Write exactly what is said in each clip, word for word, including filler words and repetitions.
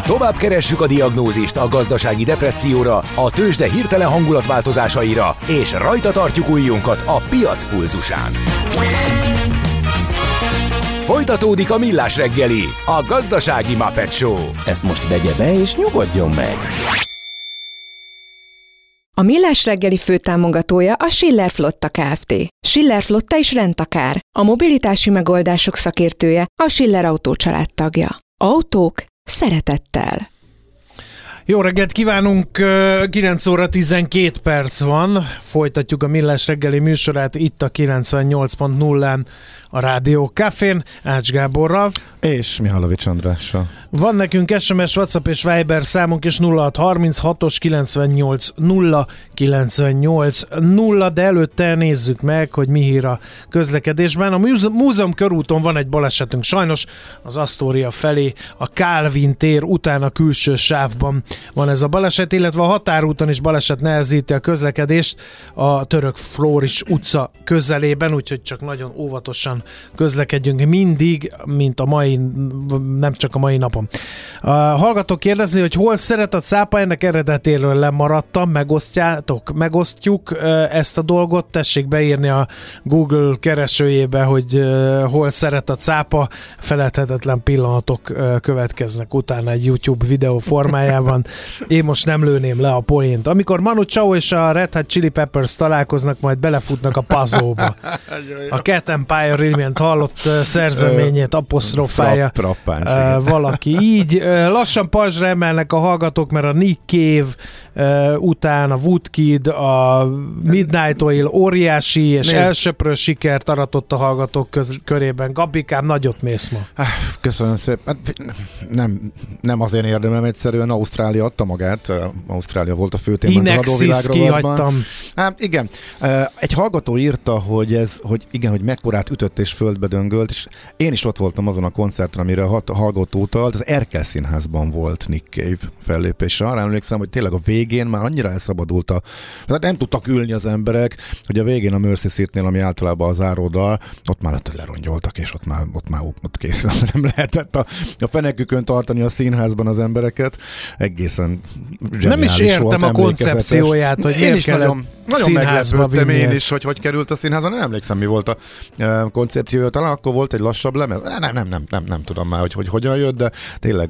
Tovább keressük a diagnózist a gazdasági depresszióra, a tőzsde hirtelen hangulatváltozásaira, és rajta tartjuk ujjunkat a piac pulzusán. Folytatódik a Millás reggeli, a gazdasági Muppet Show. Ezt most vegye be és nyugodjon meg! A Millás reggeli főtámogatója a Schiller Flotta Kft. Schiller Flotta is rendtakár. A mobilitási megoldások szakértője, a Schiller Autó család tagja. Autók szeretettel. Jó reggelt kívánunk, kilenc óra tizenkét perc van, folytatjuk a Millás reggeli műsorát itt a kilencvennyolc pont nullán a Rádió Cafén, Ács Gáborral. És Mihálovics Andrással. Van nekünk es em es, WhatsApp és Viber számunk is nulla hat harminchat kilencvennyolc nulla kilencvennyolc nulla, de előtte nézzük meg, hogy mi hír a közlekedésben. A Múzeum körúton van egy balesetünk, sajnos az Astoria felé, a Kálvin tér után a külső sávban van ez a baleset, illetve a határúton is baleset nehezíti a közlekedést a Török Flóris utca közelében, úgyhogy csak nagyon óvatosan közlekedjünk mindig, mint a mai, nem csak a mai napon. A hallgatók kérdezni, hogy hol szeret a cápa, ennek eredetéről lemaradtam, megosztjátok, megosztjuk ezt a dolgot, tessék beírni a Google keresőjébe, hogy hol szeret a cápa, feledhetetlen pillanatok következnek utána egy YouTube videó formájában. Én most nem lőném le a poént. Amikor Manu Chao és a Red Hot Chili Peppers találkoznak, majd belefutnak a puzzle-ba. A Cat Empire imént hallott szerzeményét apostrofálja uh, valaki. Így uh, lassan pajzsra emelnek a hallgatók, mert a Nick Cave uh, után a Woodkid, a Midnight Oil óriási és Nézd. elsöprő sikert aratott a hallgatók köz- körében. Gabikám, nagyot mész ma. Köszönöm szépen. Nem, nem azért érdemem, egyszerűen Ausztrália adta magát. Ausztrália volt a fő témánk a hadóvilágrovatban. Hát igen. Egy hallgató írta, hogy ez, hogy igen, hogy mekkorát ütött és földbe döngölt, és én is ott voltam azon a koncerten, amire a hallgató utalt, az Erkel Színházban volt Nick Cave fellépése. Arra emlékszem, hogy tényleg a végén már annyira elszabadult a... Tehát nem tudtak ülni az emberek, hogy a végén a Mercy Seat-nél, ami általában a záródal, ott már lerongyoltak, és ott már, ott már ott kész. Nem lehetett a, a fenekükön tartani a színházban az embereket. Egészen zseniális. Nem is értem volt, a koncepcióját, hogy én is kellett nagyon, nagyon meglepődtem én is, hogy hogy került a színházban. Nem emlékszem, mi volt a uh, koncepciója. Talán akkor volt egy lassabb lemez. Nem, nem, nem, nem, nem tudom már, hogy, hogy hogyan jött, de tényleg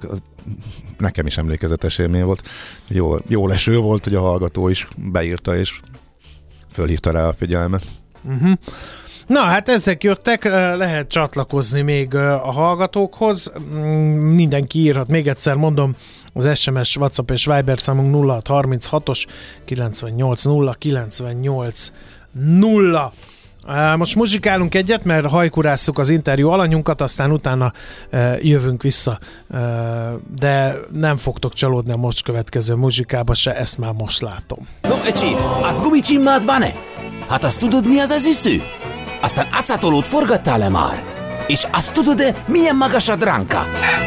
nekem is emlékezetes élmény volt. Jó, jó leső volt, hogy a hallgató is beírta, és fölhívta rá a figyelmet. Uh-huh. Na, hát ezek jöttek, lehet csatlakozni még a hallgatókhoz. Mindenki írhat, még egyszer mondom, az es em es, WhatsApp és Viber számunk nulla hat harminchat kilencvennyolc nulla kilencvennyolc nulla. Most muzsikálunk egyet, mert hajkurásszuk az interjú alanyunkat, aztán utána e, jövünk vissza. E, de nem fogtok csalódni a most következő muzsikába se, ezt már most látom. No, ecsi, azt gumicsimmád van-e? Hát azt tudod, mi az az üsző? Aztán acatolót forgattál-e már? És azt tudod-e, milyen magas a dránka?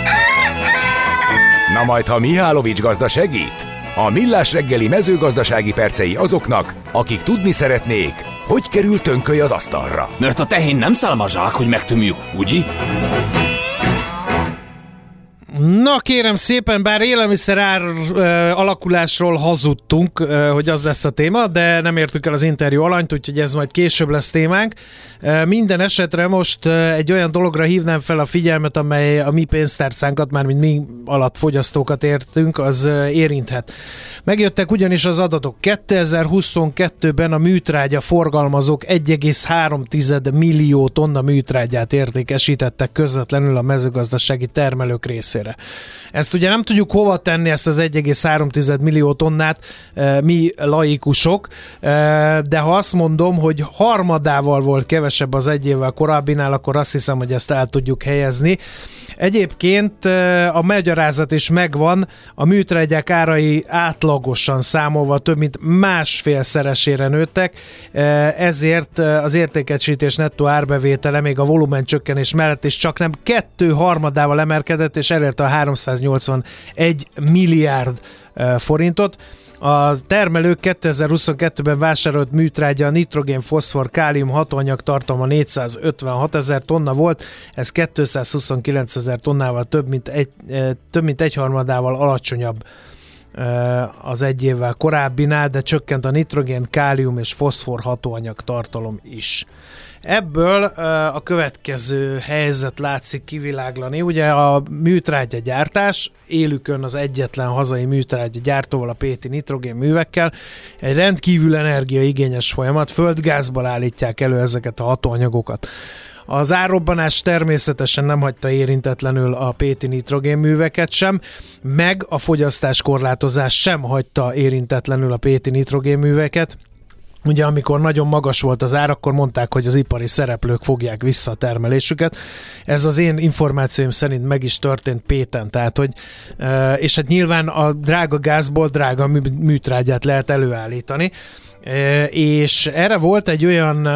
Na majd, ha Mihálovics gazda segít? A Millás reggeli mezőgazdasági percei azoknak, akik tudni szeretnék, hogy kerül tönköly az asztalra. Mert a tehén nem szálmazsák, hogy megtömjük, ugye? Na kérem szépen, bár élelmiszer ár uh, alakulásról hazudtunk, uh, hogy az lesz a téma, de nem értük el az interjú alanyt, úgyhogy ez majd később lesz témánk. Uh, minden esetre most uh, egy olyan dologra hívnám fel a figyelmet, amely a mi pénztárcánkat, mármint mi alatt fogyasztókat értünk, az uh, érinthet. Megjöttek ugyanis az adatok. kétezer-huszonkettőben a műtrágya forgalmazók egy egész három millió tonna műtrágyát értékesítettek közvetlenül a mezőgazdasági termelők részére. Ezt ugye nem tudjuk hova tenni, ezt az egy egész három millió tonnát mi laikusok, de ha azt mondom, hogy harmadával volt kevesebb az egy évvel korábbinál, akkor azt hiszem, hogy ezt el tudjuk helyezni. Egyébként a magyarázat is megvan, a műtrágyák árai átlagosan számolva több mint másfélszeresére nőttek, ezért az értékesítés nettó árbevétele még a volumen csökkenés mellett is csak nem kettő harmadával emelkedett, és elérte a háromszáznyolcvanegy milliárd forintot. A termelők kétezer-huszonkettőben vásárolt műtrágya, nitrogén, foszfor, kálium hatóanyag tartalma négyszázötvenhatezer tonna volt, ez kétszázhuszonkilencezer tonnával több mint, egy, több mint egyharmadával alacsonyabb az egy évvel korábbinál, de csökkent a nitrogén, kálium és foszfor hatóanyag tartalom is. Ebből a következő helyzet látszik kiviláglani. Ugye a műtrágya gyártás, élükön az egyetlen hazai műtrágya gyártóval, a Péti nitrogén művekkel, egy rendkívül energiaigényes folyamat, földgázból állítják elő ezeket a hatóanyagokat. Az árrobbanás természetesen nem hagyta érintetlenül a Péti nitrogén műveket sem, meg a fogyasztáskorlátozás sem hagyta érintetlenül a Péti nitrogén műveket. Ugye amikor nagyon magas volt az ár, akkor mondták, hogy az ipari szereplők fogják vissza a termelésüket. Ez az én információim szerint meg is történt Péten, tehát hogy, és hát nyilván a drága gázból drága műtrágyát lehet előállítani, és erre volt egy olyan,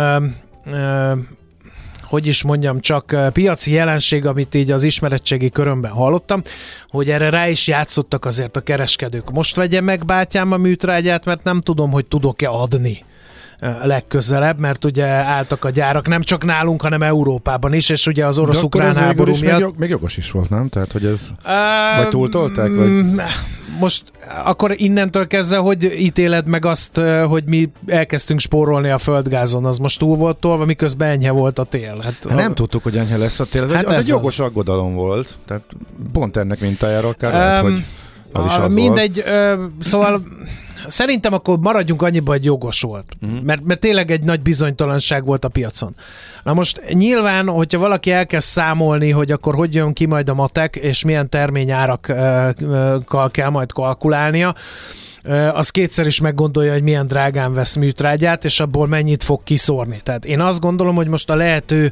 hogy is mondjam, csak piaci jelenség, amit így az ismeretségi körömben hallottam, hogy erre rá is játszottak azért a kereskedők. Most vegye meg, bátyám, a műtrágyát, mert nem tudom, hogy tudok-e adni legközelebb, mert ugye álltak a gyárak, nem csak nálunk, hanem Európában is, és ugye az orosz-ukrán háború miatt... Még, jog, még jogos is volt, nem? Tehát, hogy ez... Uh, vagy túltolták? Vagy... Most akkor innentől kezdve, hogy ítéled meg azt, hogy mi elkezdtünk spórolni a földgázon, az most túl volt tolva, miközben enyhe volt a tél. Hát, hát nem a... tudtuk, hogy enyhe lesz a tél. Ez, hát egy, az egy jogos az. aggodalom volt. Tehát pont ennek mintájára akár um, lehet, hogy az is az mindegy, ö, szóval szerintem akkor maradjunk annyiba, hogy jogos volt. Uh-huh. Mert, mert tényleg egy nagy bizonytalanság volt a piacon. Na most nyilván, hogyha valaki elkezd számolni, hogy akkor hogy jön ki majd a matek, és milyen terményárakkal kell majd kalkulálnia, az kétszer is meggondolja, hogy milyen drágán vesz műtrágyát, és abból mennyit fog kiszórni. Tehát én azt gondolom, hogy most a lehető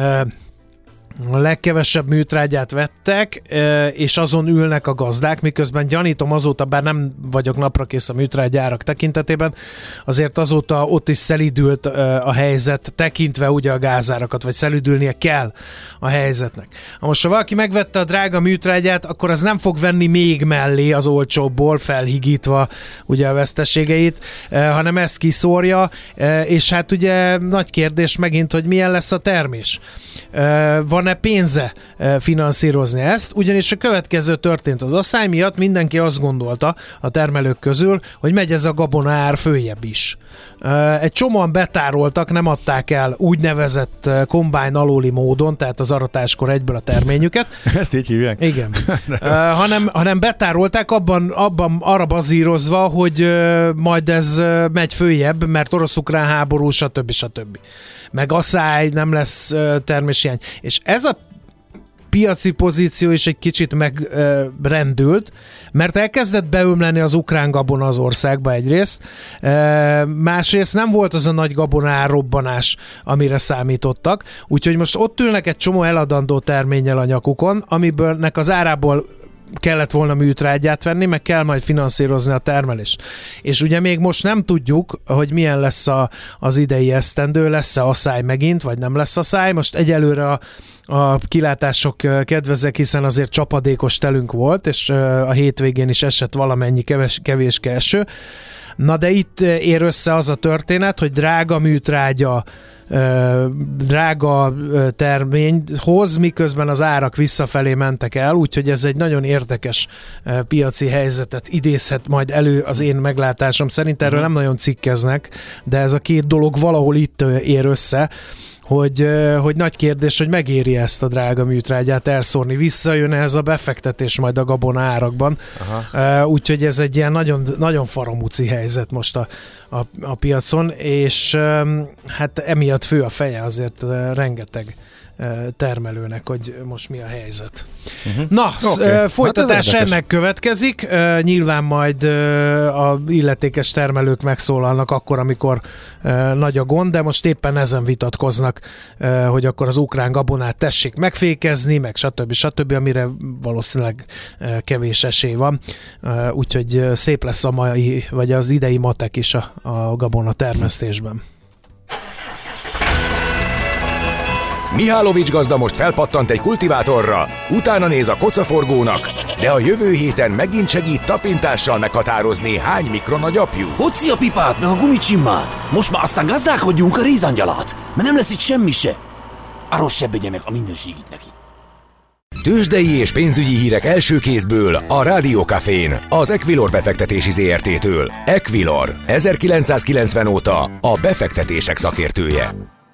a legkevesebb műtrágyát vettek, és azon ülnek a gazdák, miközben gyanítom azóta, bár nem vagyok naprakész a műtrágyárak tekintetében, azért azóta ott is szelidült a helyzet, tekintve ugye a gázárakat, vagy szelidülnie kell a helyzetnek. Most, ha valaki megvette a drága műtrágyát, akkor az nem fog venni még mellé az olcsóbbból, felhigítva ugye a veszteségeit, hanem ezt kiszórja, és hát ugye nagy kérdés megint, hogy milyen lesz a termés. Van pénze finanszírozni ezt, ugyanis a következő történt: az asszály miatt mindenki azt gondolta a termelők közül, hogy megy ez a gabona ár följebb is. Egy csomóan betároltak, nem adták el úgynevezett kombájn alóli módon, tehát az aratáskor egyből a terményüket. Ezt így hívják? Igen. hanem, hanem betárolták abban, abban arra bazírozva, hogy majd ez megy följebb, mert orosz-ukrán háború, stb. stb. Meg asszály, nem lesz terméshiány. És ez a piaci pozíció is egy kicsit megrendült, mert elkezdett beömleni az ukrán gabona az országba egyrészt, másrészt nem volt az a nagy gabona árrobbanás, amire számítottak, úgyhogy most ott ülnek egy csomó eladandó terménnyel a nyakukon, amiből nek az árából kellett volna műtrágyát venni, meg kell majd finanszírozni a termelést. És ugye még most nem tudjuk, hogy milyen lesz a, az idei esztendő, lesz-e asszály megint, vagy nem lesz asszály. Most egyelőre a, a kilátások kedvezek, hiszen azért csapadékos telünk volt, és a hétvégén is esett valamennyi keves, kevéske eső. Na de itt ér össze az a történet, hogy drága műtrágya, drága termény hoz, miközben az árak visszafelé mentek el, úgyhogy ez egy nagyon érdekes piaci helyzetet idézhet majd elő az én meglátásom szerint. Erről nem nagyon cikkeznek, de ez a két dolog valahol itt ér össze, hogy, hogy nagy kérdés, hogy megéri ezt a drága műtrágyát elszórni. Visszajön ez a befektetés majd a gabona árakban. Aha. Úgyhogy ez egy ilyen nagyon, nagyon faramúci helyzet most a, a, a piacon, és hát emiatt fő a feje azért rengeteg termelőnek, hogy most mi a helyzet. Uh-huh. Na, okay. Folytatás hát ennek következik. Uh, nyilván majd uh, a illetékes termelők megszólalnak akkor, amikor uh, nagy a gond, de most éppen ezen vitatkoznak, uh, hogy akkor az ukrán gabonát tessék megfékezni, meg stb. stb., amire valószínűleg uh, kevés esély van. Uh, úgyhogy uh, szép lesz a mai, vagy az idei matek is a, a gabona termesztésben. Mihálovics gazda most felpattant egy kultivátorra, utána néz a kocaforgónak, de a jövő héten megint segít tapintással meghatározni, hány mikron a gyapjú. Hoci a pipát, meg a gumicsimmát! Most már aztán gazdálkodjunk a rézangyalát, mert nem lesz itt semmi se. Arról se begye meg a mindenségit neki. Tőzsdei és pénzügyi hírek első kézből a Rádió Cafén, az Equilor befektetési zé er té-től. Equilor, ezerkilencszázkilencven óta a befektetések szakértője.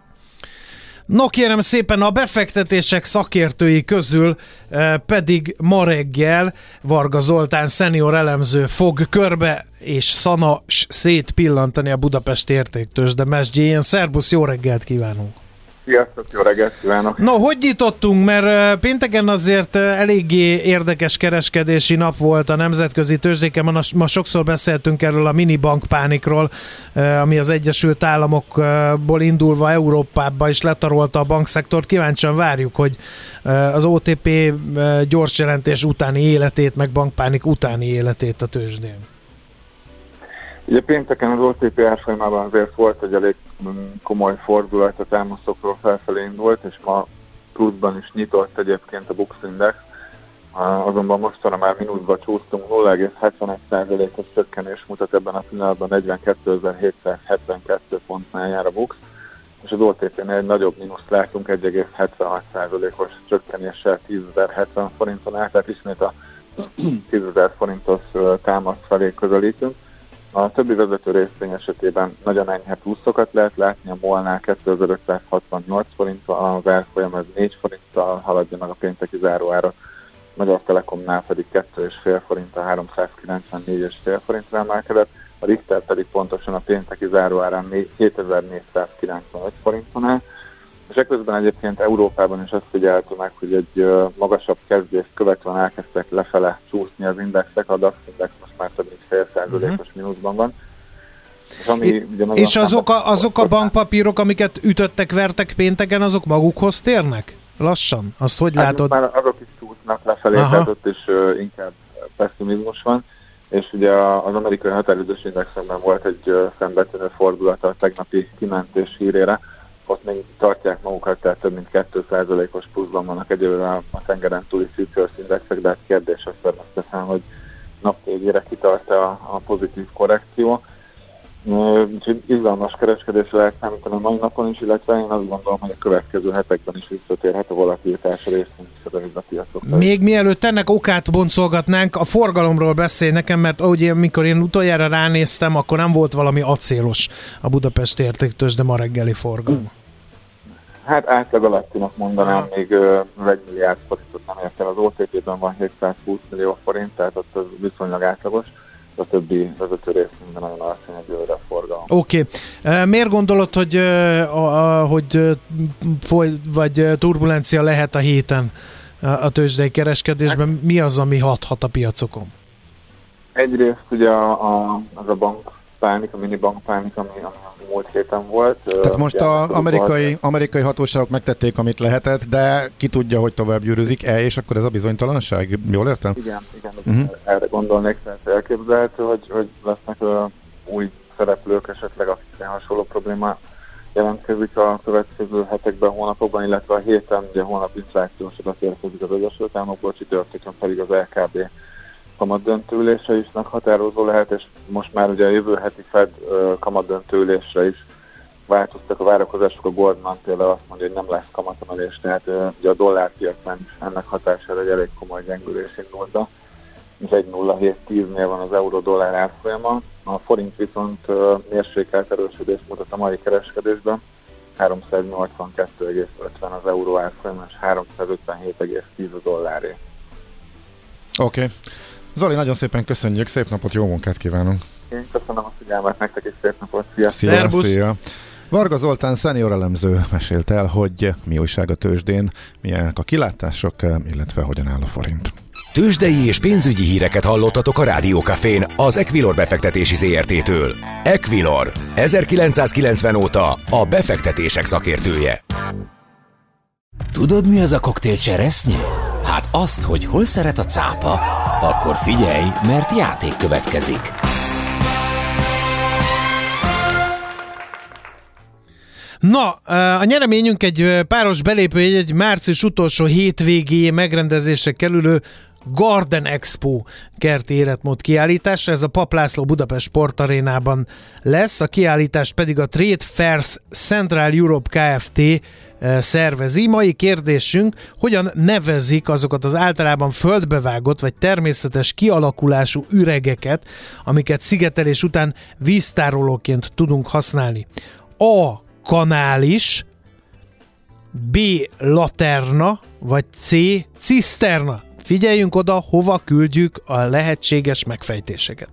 No kérem szépen, a befektetések szakértői közül eh, pedig ma reggel Varga Zoltán szenior elemző fog körbe és szanas szétpillantani a Budapesti Értéktőzsde mesdjéjén. Szerbusz, jó reggelt kívánunk! Sziasztok, jó reggelt kívánok! No, hogy nyitottunk, mert pénteken azért eléggé érdekes kereskedési nap volt a nemzetközi tőzsdéken. Ma, ma sokszor beszéltünk erről a minibankpánikról, ami az Egyesült Államokból indulva Európába is letarolta a bankszektort. Kíváncsian várjuk, hogy az o té pé gyors jelentés utáni életét, meg bankpánik utáni életét a tőzsdén. Ugye pénteken az o té pé árfolyamában azért volt egy elég komoly fordulat, a támaszokról felfelé indult, és ma pluszban is nyitott egyébként a Bux Index, azonban mostanra már mínuszba csúsztunk, nulla egész hetvenegy százalékos csökkenés mutat ebben a pillanatban, negyvenkétezer-hétszázhetvenkettő pontnál jár a Bux, és az o té pénél egy nagyobb mínuszt látunk, egy egész hetvenhat százalékos csökkenéssel tízezer-hetven forinton át, tehát ismét a tízezer forintos támasz felé közelítünk. A többi vezető részvény esetében nagyon enyhe pluszokat lehet látni, a MOL-nál kétezer-ötszázhatvannyolc forinttal, az árfolyam ez négy forinttal haladja meg a pénteki záróárat, Magyar Telekomnál pedig két egész öt forinttal háromszázkilencvennégy egész öt forintra emelkedett, a Richter pedig pontosan a pénteki záróárán hétezer-négyszázkilencvenöt forinton áll, és ekközben egyébként Európában is azt figyeltük meg, hogy egy magasabb kezdést követően elkezdtek lefele csúszni az indexek, a DAX index most már több mint fél százalékos mínuszban van. És, ami, és azok, a, azok a bankpapírok, amiket ütöttek, vertek pénteken, azok magukhoz térnek? Lassan? Azt hogy hát látod? Már azok is csúsznak lefelé, Aha. tehát ott is uh, inkább pessimizmus van, és ugye az amerikai határidős indexekben volt egy uh, szembetűnő fordulat a tegnapi kimentés hírére, ott még tartják magukat, tehát több mint két százalékos pluszban vannak egyelőre a tengeren túli futures indexek, de hát kérdés azt természetesen, hogy nap végére kitart a, a pozitív korrekció. Úgyhogy izgalmas kereskedésre lehet számítani a mai napon is, illetve én azt gondolom, hogy a következő hetekben is visszatérhet a volatilitás részén a piacokra. Még mielőtt ennek okát boncolgatnánk, a forgalomról beszélj nekem, mert ugye amikor én utoljára ránéztem, akkor nem volt valami acélos a Budapesti Értéktőzsde ma reggeli forgalom. Hát átlag alattinak mondanám, ah. még uh, egy milliárd forintot nem ért el. Az o té pében van hétszázhúsz millió forint, tehát ott az viszonylag átlagos. A többi vezető részünkben nagyon alacsony egyelőre a forgalom. Oké. Okay. Miért gondolod, hogy, hogy foly, vagy turbulencia lehet a héten a tőzsdei kereskedésben? Mi az, ami hathat a piacokon? Egyrészt ugye a, a, az a bankpánik, a mini bankpánik, ami, ami múlt héten volt. Tehát most az amerikai, amerikai hatóságok megtették, amit lehetett, de ki tudja, hogy tovább gyűrűzik-e, és akkor ez a bizonytalanság? Jól értem? Igen, igen, uh-huh. erre gondolnék, tehát elképzelhető, hogy, hogy lesznek uh, új szereplők esetleg, akikre hasonló probléma jelentkezik a következő hetekben, hónapokban, illetve a héten, ugye hónap inflációs adat érkezik az Egyesült Államokból, csütörtökön pedig az el ká bé kamatdöntőülése is meghatározó lehet, és most már ugye a jövő heti Fed uh, kamatdöntőülésre is változtak a várakozások. A Goldman például azt mondja, hogy nem lesz kamatemelés, tehát uh, ugye a dollárpiacán is ennek hatására egy elég komoly gyengülés indult, és egy nulla hét tíznél van az euró-dollár árfolyama. A forint viszont uh, mérsékelt erősödést mutat a mai kereskedésben, háromszáznyolcvankettő egész ötven az euró árfolyama, és háromszázötvenhét egész tíz a dolláré. Oké. Okay. Zoli, nagyon szépen köszönjük, szép napot, jó munkát kívánunk! Én köszönöm a figyelmet, nektek is szép napot, szia! Szia, szia. Varga Zoltán szenior elemző mesélt el, hogy mi újság a tőzsdén, milyenek a kilátások, illetve hogyan áll a forint. Tőzsdei és pénzügyi híreket hallottatok a Rádió Cafén az Equilor befektetési zé er té-től. Equilor, ezerkilencszázkilencven óta a befektetések szakértője. Tudod, mi az a koktél cseresznye? Hát azt, hogy hol szeret a cápa, akkor figyelj, mert játék következik. Na, a nyereményünk egy páros belépőjegy, egy március utolsó hétvégéjén megrendezésre kerülő Garden Expo kerti életmód kiállításra. Ez a Papp László Budapest Sportarénában lesz, a kiállítást pedig a Trade Fairs Central Europe Kft. Szervezi. Mai kérdésünk, hogyan nevezik azokat az általában földbevágott vagy természetes kialakulású üregeket, amiket szigetelés után víztárolóként tudunk használni. A. Kanális, B. Laterna, vagy C. Ciszterna. Figyeljünk oda, hova küldjük a lehetséges megfejtéseket.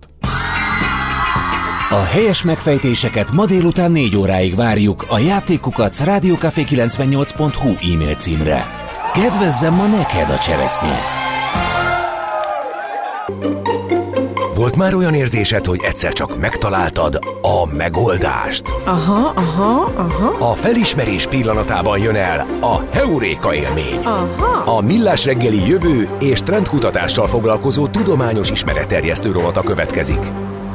A helyes megfejtéseket ma délután négy óráig várjuk a játékukac rádiókafé kilencvennyolc pont hu e-mail címre. Kedvezzem ma neked a cseresznye! Volt már olyan érzésed, hogy egyszer csak megtaláltad a megoldást? Aha, aha, aha. A felismerés pillanatában jön el a heuréka élmény. Aha. A Millás reggeli jövő és trendkutatással foglalkozó tudományos ismeretterjesztő rovata következik.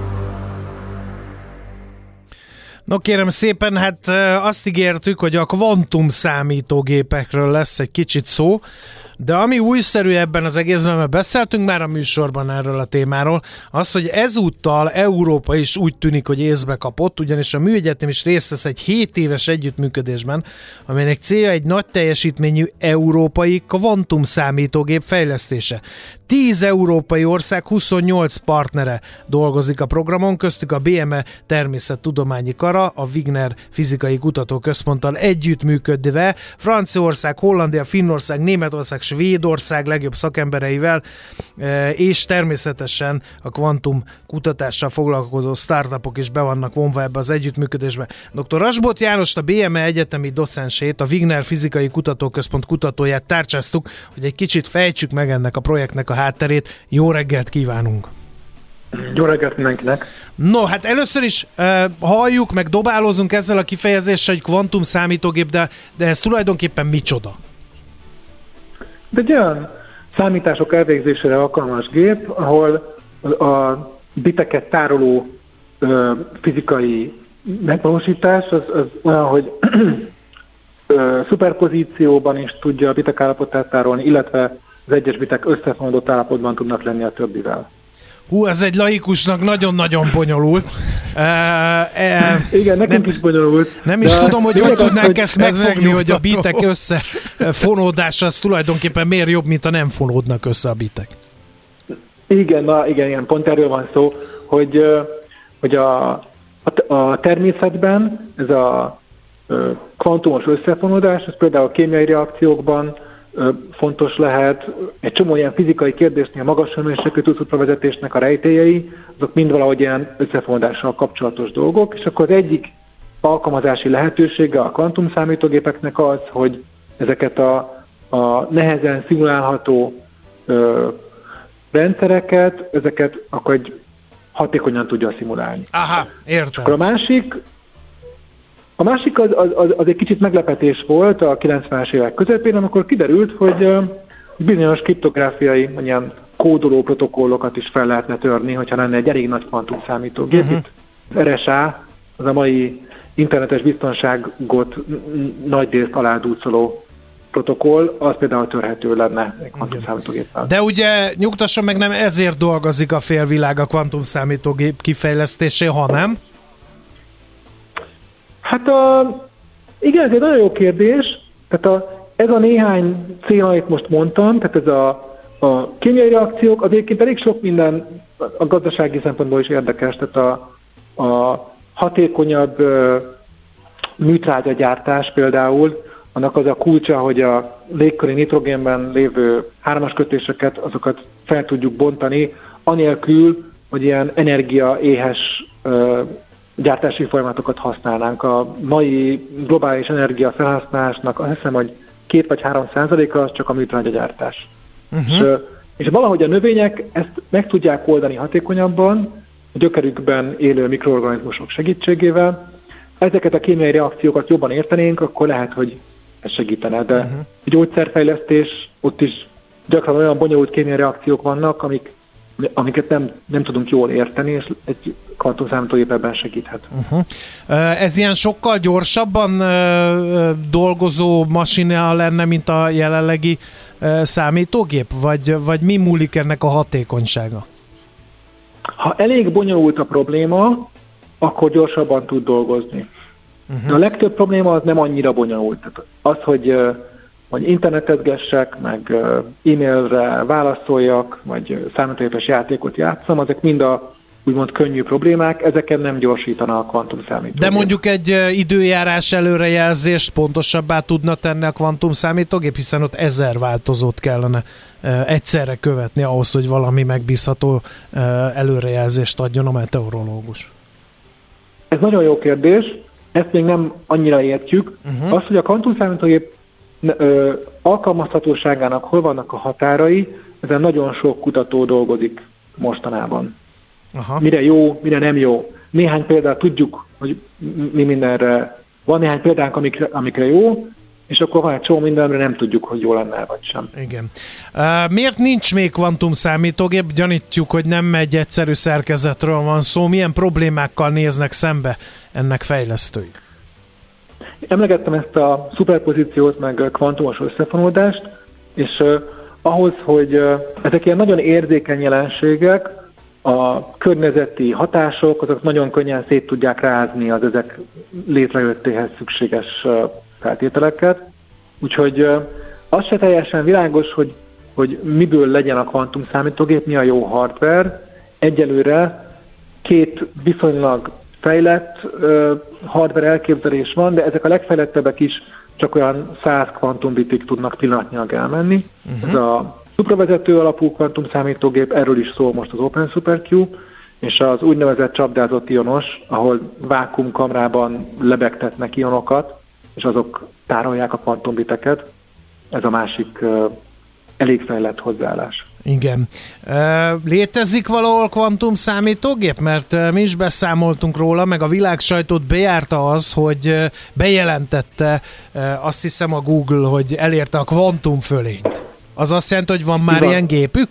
No kérem szépen, hát azt ígértük, hogy a kvantum számítógépekről lesz egy kicsit szó, de ami újszerű ebben az egészben, mert beszéltünk már a műsorban erről a témáról, az, hogy ezúttal Európa is úgy tűnik, hogy észbe kapott, ugyanis a Műegyetem is részt vesz egy hét éves együttműködésben, amelynek célja egy nagy teljesítményű európai kvantum számítógép fejlesztése. tíz európai ország huszonnyolc partnere dolgozik a programon, köztük a bé em e Természettudományi Kara, a Wigner Fizikai Kutatóközponttal együttműködve, Franciaország, Hollandia, Finnország, Németország, Svédország legjobb szakembereivel, és természetesen a kvantum kutatással foglalkozó startupok is be vannak vonva ebbe az együttműködésbe. doktor Rasbot Jánost, a bé em e egyetemi docensét, a Wigner Fizikai Kutatóközpont kutatóját tárcsáztuk, hogy egy kicsit fejtsük meg ennek a projektnek a hátterét. Jó reggelt kívánunk! Jó reggelt mindenkinek! No, hát először is uh, halljuk, meg dobálózunk ezzel a kifejezéssel, hogy kvantum számítógép, de, de ez tulajdonképpen micsoda? De egy olyan számítások elvégzésére alkalmas gép, ahol a biteket tároló ö, fizikai megvalósítás az, az olyan, hogy ö, szuperpozícióban is tudja a bitek állapotát tárolni, illetve az egyes bitek összefonódott állapotban tudnak lenni a többivel. Hú, ez egy laikusnak nagyon-nagyon bonyolult. Uh, uh, Igen, nekünk nem, is bonyolult. Nem is tudom, hogy hogy tudnánk hogy ezt megfogni, ez hogy a bitek összefonódása az tulajdonképpen miért jobb, mint a nem fonódnak össze a bitek. Igen, na, igen, igen, pont erről van szó, hogy, hogy a, a, a természetben ez a kvantumos összefonódás, ez például a kémiai reakciókban fontos lehet. Egy csomó ilyen fizikai kérdésnél, magas hőmérsékletű útvezetésnek a rejtélyei, azok mind valahogy ilyen összefonódással kapcsolatos dolgok, és akkor az egyik alkalmazási lehetősége a kvantumszámítógépeknek az, hogy ezeket a, a nehezen szimulálható ö, rendszereket, ezeket akkor egy hatékonyan tudja szimulálni. Aha, értem. Akkor a másik, a másik az, az, az, az egy kicsit meglepetés volt a kilencvenes évek közepén, amikor kiderült, hogy bizonyos kriptográfiai, ilyen kódoló protokollokat is fel lehetne törni, hogyha lenne egy elég nagy kvantum számítógép. Uh-huh. Az er es á, az a mai internetes biztonságot nagy részt aládúcoló protokoll, az például törhető lenne egy kvantum számítógéppel. De ugye nyugtasson meg, nem ezért dolgozik a félvilág a kvantum számítógép kifejlesztésén, hanem? Hát a, igen, ez egy nagyon jó kérdés. Tehát a, ez a néhány cél, amit most mondtam, tehát ez a, a kémiai reakciók, az egyébként elég sok minden a gazdasági szempontból is érdekes. Tehát a, a hatékonyabb műtrágyagyártás például, annak az a kulcsa, hogy a légköri nitrogénben lévő hármas kötéseket, azokat fel tudjuk bontani, anélkül, hogy ilyen energiaéhes gyártási folyamatokat használnánk. A mai globális energia felhasználásnak azt hiszem, hogy két vagy három százaléka az csak a műtrágyagyártás. Uh-huh. És, és valahogy a növények ezt meg tudják oldani hatékonyabban, a gyökerükben élő mikroorganizmusok segítségével. Ezeket a kémiai reakciókat jobban értenénk, akkor lehet, hogy ez segítene. De uh-huh. a gyógyszerfejlesztés, ott is gyakran olyan bonyolult kémiai reakciók vannak, amik amiket nem, nem tudunk jól érteni, és egy kvantumszámítógép ebben segíthet. Uh-huh. Ez ilyen sokkal gyorsabban dolgozó masina lenne, mint a jelenlegi számítógép? Vagy, vagy mi múlik ennek a hatékonysága? Ha elég bonyolult a probléma, akkor gyorsabban tud dolgozni. Uh-huh. De a legtöbb probléma az nem annyira bonyolult. Tehát az, hogy, hogy internetezgessek, meg e-mailre válaszoljak, vagy számítógépes játékot játszom, ezek mind a úgymond könnyű problémák, ezeken nem gyorsítana a kvantumszámítógép. De mondjuk egy időjárás előrejelzést pontosabbá tudna tenni a kvantumszámítógép, hiszen ott ezer változót kellene egyszerre követni ahhoz, hogy valami megbízható előrejelzést adjon a meteorológus. Ez nagyon jó kérdés, ezt még nem annyira értjük. Uh-huh. Az, hogy a kvantumszámítógép ö, alkalmazhatóságának hol vannak a határai, ezen nagyon sok kutató dolgozik mostanában. Aha. Mire jó, mire nem jó. Néhány példát tudjuk, hogy mi mindenre, van néhány példánk, amikre, amikre jó, és akkor van egy csomó mindenre nem tudjuk, hogy jó lenne vagy sem. Igen. Uh, miért nincs még kvantumszámítógép? Gyanítjuk, hogy nem egy egyszerű szerkezetről van szó. Milyen problémákkal néznek szembe ennek fejlesztői? Emlegettem ezt a szuperpozíciót, meg kvantumos összefonódást, és uh, ahhoz, hogy uh, ezek ilyen nagyon érzékeny jelenségek, a környezeti hatások, azok nagyon könnyen szét tudják rázni az ezek létrejöttéhez szükséges feltételeket. Úgyhogy az se teljesen világos, hogy, hogy miből legyen a kvantumszámítógép, mi a jó hardware. Egyelőre két viszonylag fejlett uh, hardware elképzelés van, de ezek a legfejlettebbek is csak olyan száz kvantumbitig tudnak pillanatnyilag elmenni. Uh-huh. Ez a szupravezető alapú kvantumszámítógép, erről is szól most az Open SuperQ, és az úgynevezett csapdázott ionos, ahol vákuumkamrában lebegtetnek ionokat, és azok tárolják a kvantumbiteket. Ez a másik uh, elég fejlett hozzáállás. Igen. Létezik valahol kvantumszámítógép? Mert mi is beszámoltunk róla, meg a világ sajtót bejárta az, hogy bejelentette, azt hiszem a Google, hogy elérte a kvantumfölényt. Az azt jelenti, hogy van már igen. ilyen gépük?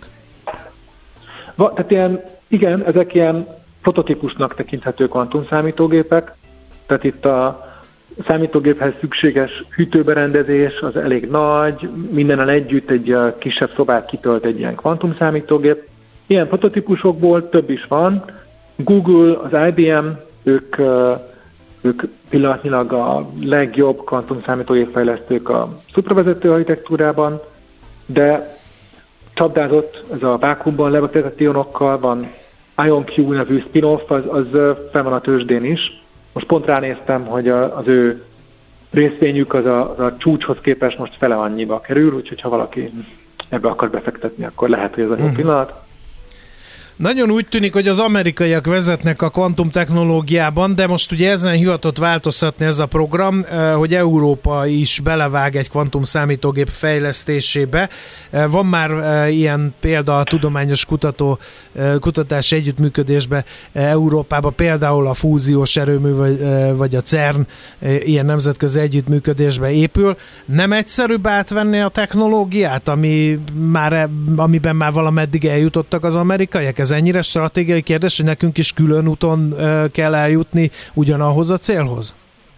Va, tehát ilyen, igen, ezek ilyen prototípusnak tekinthető kvantumszámítógépek. Tehát itt a számítógéphez szükséges hűtőberendezés az elég nagy, mindennel együtt egy kisebb szobát kitölt egy ilyen kvantumszámítógép. Ilyen prototípusokból több is van. Google, az I B M, ők, ők pillanatnyilag a legjobb kvantumszámítógépfejlesztők a szupravezető architektúrában, de csapdázott, ez a vákuumban lebegtetett ionokkal van, IonQ nevű spin-off, az, az fel van a tőzsdén is. Most pont ránéztem, hogy az ő részvényük az a, az a csúcshoz képest most fele annyiba kerül, úgyhogy ha valaki ebbe akar befektetni, akkor lehet, hogy ez a jó pillanat. Nagyon úgy tűnik, hogy az amerikaiak vezetnek a kvantum technológiában, de most ugye ezen hivatott változtatni ez a program, hogy Európa is belevág egy kvantum számítógép fejlesztésébe. Van már ilyen példa a tudományos kutató, kutatási együttműködésbe Európában, például a fúziós erőmű vagy, vagy a CERN ilyen nemzetközi együttműködésbe épül. Nem egyszerűbb átvenni a technológiát, ami már, amiben már valameddig eljutottak az amerikaiak? Ez ennyire stratégiai kérdés, hogy nekünk is külön úton uh, kell eljutni ugyanahoz a célhoz?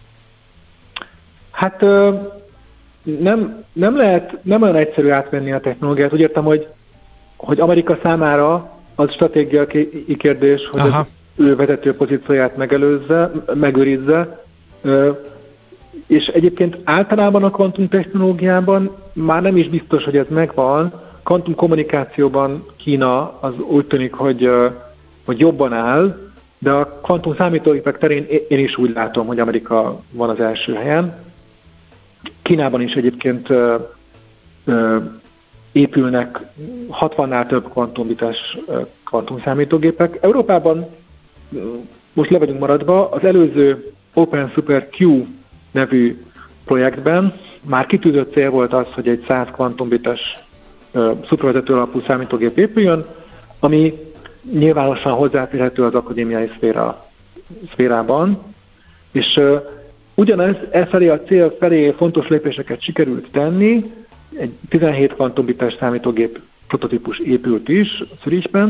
Hát uh, nem, nem lehet, nem olyan egyszerű átvenni a technológiát. Úgy értem, hogy, hogy Amerika számára az stratégiai kérdés, hogy az ő vezető pozícióját megelőzze, megőrizze, uh, és egyébként általában a kvantum technológiában már nem is biztos, hogy ez megvan. Kvantum kommunikációban Kína az úgy tűnik, hogy, hogy jobban áll, de a kvantum számítógépek terén én is úgy látom, hogy Amerika van az első helyen. Kínában is egyébként ö, ö, épülnek hatvannál több kvantumbites kvantumszámítógépek. Európában most le vagyunk maradva, az előző Open SuperQ nevű projektben már kitűzött cél volt az, hogy egy száz kvantumbites szupravezető alapú számítógép épüljön, ami nyilvánosan hozzáférhető az akadémiai szféra, szférában, és uh, ugyanez e felé a cél felé fontos lépéseket sikerült tenni, egy tizenhét kvantumbites számítógép prototípus épült is Zürichben,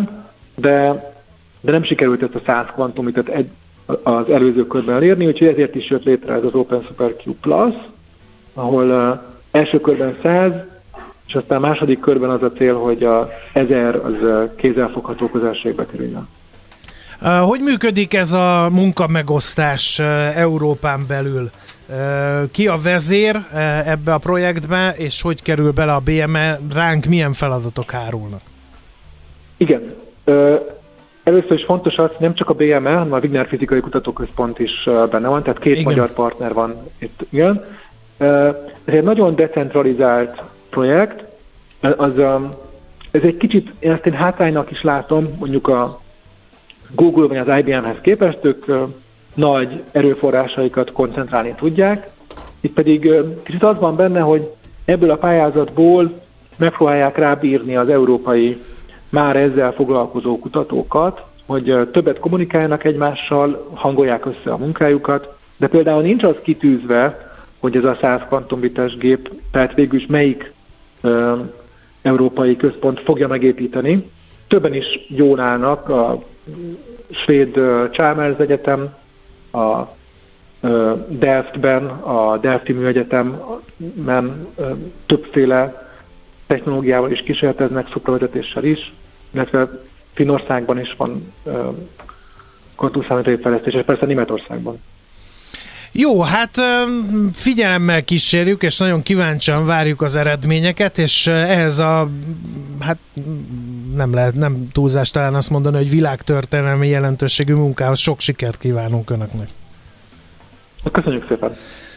de, de nem sikerült ezt a száz kvantumitet egy, az előző körben elérni, úgyhogy ezért is jött létre ez az Open SuperCube Plus, ahol uh, első körben száz, és aztán második körben az a cél, hogy a ezer az uh, kézzelfogható közelségbe kerüljön. Hogy működik ez a munkamegosztás Európán belül? Ki a vezér ebbe a projektbe, és hogy kerül bele a bé em e, ránk milyen feladatok hárulnak? Igen. Először is fontos az, nem csak a bé em e, hanem a Wigner Fizikai Kutatóközpont is benne van, tehát két igen. magyar partner van itt. Igen. Ez egy nagyon decentralizált projekt. Az, ez egy kicsit, én ezt én hátránynak is látom, mondjuk a Google vagy az i bé em-hez képest, ők uh, nagy erőforrásaikat koncentrálni tudják. Itt pedig uh, kicsit az van benne, hogy ebből a pályázatból megpróbálják rábírni az európai már ezzel foglalkozó kutatókat, hogy uh, többet kommunikáljanak egymással, hangolják össze a munkájukat, de például nincs az kitűzve, hogy ez a száz kvantumbites gép, tehát végül is melyik uh, európai központ fogja megépíteni. Többen is jól állnak, a svéd uh, Chalmers Egyetem, a uh, Delftben, a Delfti Műegyetemben uh, többféle technológiával is kísérleteznek, szupravezetéssel is, illetve Finnországban is van uh, kvantumszámítógép fejlesztés, és persze Németországban. Jó, hát figyelemmel kísérjük, és nagyon kíváncsian várjuk az eredményeket, és ehhez a, hát nem lehet, nem túlzás talán azt mondani, hogy világtörténelmi jelentőségű munkához sok sikert kívánunk Önöknek. Köszönjük szépen!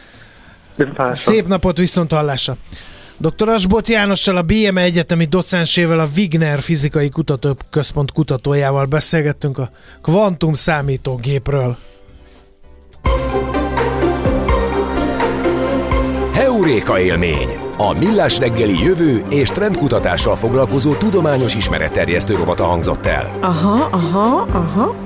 Szép napot, viszont hallásra! doktor Asboth Jánossal, a bé em e egyetemi docensével, a Wigner Fizikai Kutatóközpont kutatójával beszélgettünk a kvantum számítógépről. Heuréka élmény, a Millás reggeli jövő és trendkutatással foglalkozó tudományos ismeretterjesztő rovata hangzott el. Aha, aha, aha.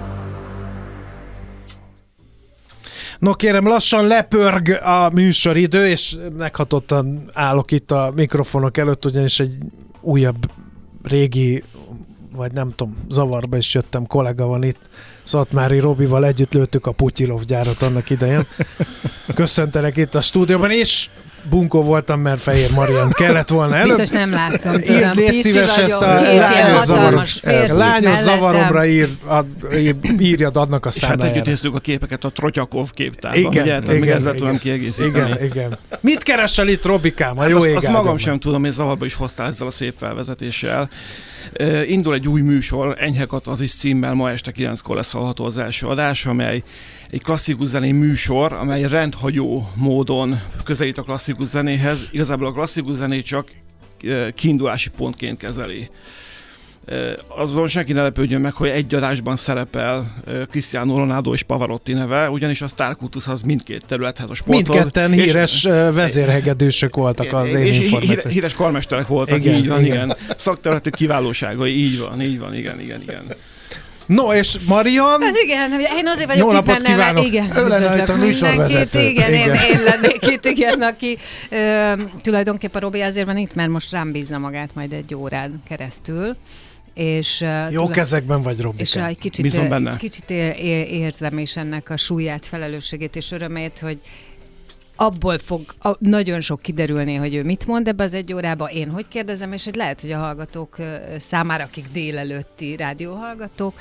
No kérem, lassan lepörg a műsoridő, és meghatottan állok itt a mikrofonok előtt, ugyanis egy újabb régi, vagy nem tudom, zavarba is jöttem, kollega van itt, Szatmári Robival együtt lőttük a Putyilov gyárat annak idején. Köszöntelek itt a stúdióban, és bunkó voltam, mert Fehér Mariant kellett volna előbb. Biztos nem látszom tőlem. Írd, légy szíves ezt a lányos, zavarom, lányos zavaromra ír, ad, ír, írjad adnak a számlájára. És hát együtt nézzük a képeket a Trotyakov képtárban. Igen, ugye? igen, még ezzel igen, tudom kiegészíteni. Igen, igen. Mit keresel itt, Robikám? A hát jó azt, ég azt magam meg. sem tudom, hogy zavarba is hoztál ezzel a szép felvezetéssel. Uh, indul egy új műsor, Enyhe Katazis címmel, ma este kilenckor lesz hallható az első adás, amely egy klasszikus zenei műsor, amely rendhagyó módon közelít a klasszikus zenéhez. Igazából a klasszikus zenét csak uh, kiindulási pontként kezeli. Uh, azon senki ne lepődjön meg, hogy egy adásban szerepel uh, Cristiano Ronaldo és Pavarotti neve, ugyanis a sztárkultuszhoz mindkét területhez, a sporthoz. Mindketten híres és, vezérhegedűsök voltak az én információk. Híres karmesterek voltak, igen, így van, igen. igen. Szakterületű kiválóságai, így van, így van, igen, igen, igen. No, és Marian? Hát igen, én azért vagyok jó itt napot benne, kívánok. Igen, ő lenne itt a műsorvezető. Igen, igen. Én, én lennék itt, igen, aki ö, tulajdonképpen Robi azért van itt, mert most rám bízna magát majd egy órán keresztül. És, jó tula- kezekben vagy, Robika. És egy kicsit, kicsit érzem is ennek a súlyát, felelősségét és örömét, hogy abból fog a, nagyon sok kiderülni, hogy ő mit mond ebbe az egy órába, én hogy kérdezem, és hogy lehet, hogy a hallgatók számára, akik délelőtti rádióhallgatók,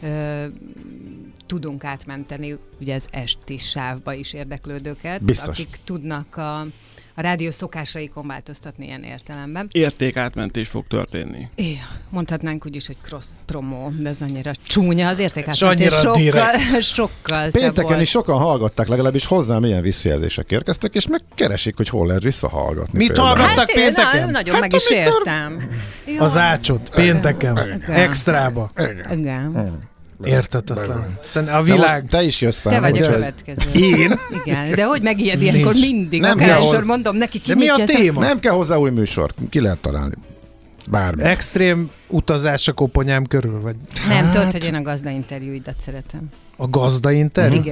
tudunk átmenteni ugye az esti sávba is érdeklődőket, biztos. Akik tudnak a, a rádió szokásaikon változtatni ilyen értelemben. Értékátmentés fog történni. É, mondhatnánk úgy is, hogy cross promo, de ez annyira csúnya, az értékátmentés sokkal, sokkal Pénteken is sokan hallgatták, legalábbis hozzám ilyen visszajelzések érkeztek, és megkeresik, hogy hol lehet visszahallgatni. Mit például. hallgattak hát pénteken? Na, nagyon hát meg is amikor... értem. Az ácsot, pénteken, igen. Extrába. Igen. Igen. Értetetlen. Szerintem a világ... Te is jössz Te vagy a következő. Én? Igen, de hogy megijed ilyenkor mindig. Nem akárszor mondom neki, ki de mi a téma? Nem kell hozzá új műsor. Ki lehet találni. Bármi. Extrém utazás a koponyám körül, vagy? Nem, hát... tudod, hogy én a gazda interjúidat szeretem. A gazda interjú? Igen.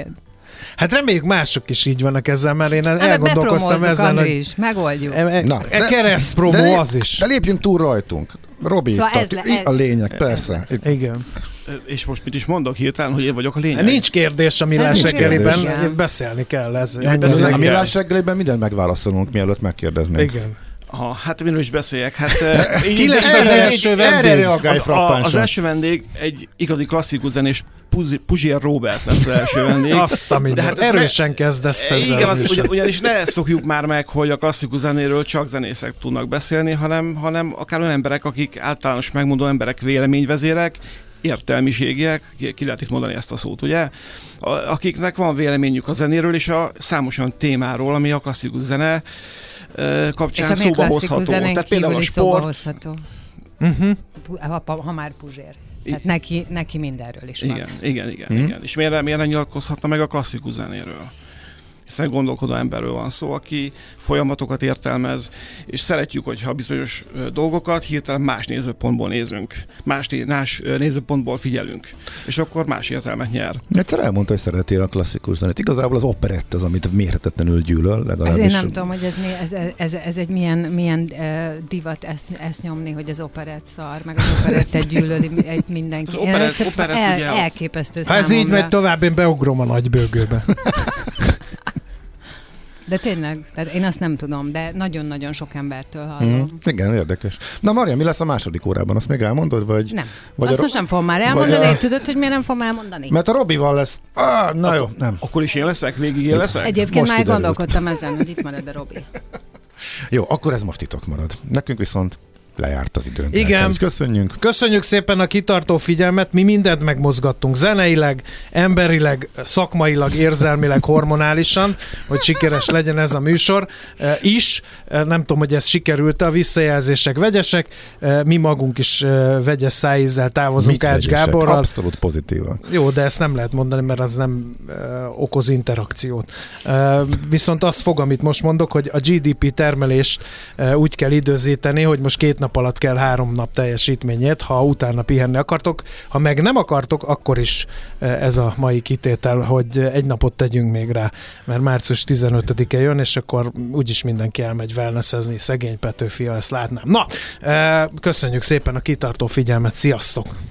Hát reméljük mások is így vannak ezzel, mert én elgondolkoztam ezen, hogy... Is, megoldjuk. E, e, Na, e keresztpromó az is. De lépjünk túl rajtunk. Robi, szóval ez le, ez... a lényeg, persze. Igen. És most mit is mondok hirtelen, hogy én vagyok a lényeg? Nincs kérdés a Millás reggeliben, beszélni kell. Ez, ja, a Millás reggeliben mindent megválaszolunk, mielőtt megkérdeznénk. Igen. Ha, hát miről is beszéljek? Hát, Ki lesz az első vendég? Az, a, az első vendég egy igazi klasszikus zenés Puzsér Robert lesz az első vendég. Azt, amit hát erősen me- kezdesz ezzel. Igen, az, ugyan, ugyanis ne szokjuk már meg, hogy a klasszikus zenéről csak zenészek tudnak beszélni, hanem, hanem akár olyan emberek, akik általános megmondó emberek, véleményvezérek, értelmiségiek, ki lehet itt mondani ezt a szót, ugye? A, akiknek van véleményük a zenéről és a számos olyan témáról, ami a klasszikus zene kapcsán szóba hozható. Tehát például a sport. Hozható. Uh-huh. Ha, ha már Puzsér. Tehát neki, neki mindenről is igen, van. Igen, igen, uh-huh. igen. És miért, miért nyilatkozhatna meg a klasszikus zenéről? Hiszen gondolkodó emberről van szó, aki folyamatokat értelmez, és szeretjük, hogyha bizonyos dolgokat hirtelen más nézőpontból nézünk, más, más nézőpontból figyelünk, és akkor más értelmet nyer. Egyszer elmondta, hogy szereti a klasszikus zenét. Igazából az operett az, amit mérhetetlenül gyűlöl, legalábbis. Ezért nem tudom, hogy ez, ez, ez, ez egy milyen, milyen uh, divat ezt, ezt nyomni, hogy az operett szar, meg az operettet gyűlöli mindenki. Az operett, operett, el, ugye, elképesztő ha számomra. Ez így megy tovább, én beugrom a nagy bőgőbe. De tényleg, tehát én azt nem tudom, de nagyon-nagyon sok embertől hallom. Mm, igen, érdekes. Na Maria, mi lesz a második órában? Azt még elmondod? Vagy, nem. Vagy azt a... most nem fogom már elmondani. A... Tudod, hogy miért nem fogom elmondani? Mert a Robival lesz. Ah, na jó, nem. Akkor is én leszek? Végig én leszek? Egyébként most már kiderült. Gondolkodtam ezen, hogy itt marad a Robi. Jó, akkor ez most titok marad. Nekünk viszont lejárt az időnk. Igen. Köszönjük. Köszönjük szépen a kitartó figyelmet, mi mindent megmozgattunk zeneileg, emberileg, szakmailag, érzelmileg, hormonálisan, hogy sikeres legyen ez a műsor e, is. E, nem tudom, hogy ez sikerült, a visszajelzések vegyesek, e, mi magunk is e, vegyes szájízzel távozunk Ács Gáborral. Abszolút pozitívak. Jó, de ezt nem lehet mondani, mert az nem e, okoz interakciót. E, viszont azt fog, amit most mondok, hogy a gé dé pé termelést e, úgy kell időzíteni, hogy most két nap alatt kell három nap teljesítményét, ha utána pihenni akartok. Ha meg nem akartok, akkor is ez a mai kitétel, hogy egy napot tegyünk még rá, mert március tizenötödike jön, és akkor úgyis mindenki elmegy wellnessezni, szegény Petőfi, ezt látnám. Na, köszönjük szépen a kitartó figyelmet, sziasztok!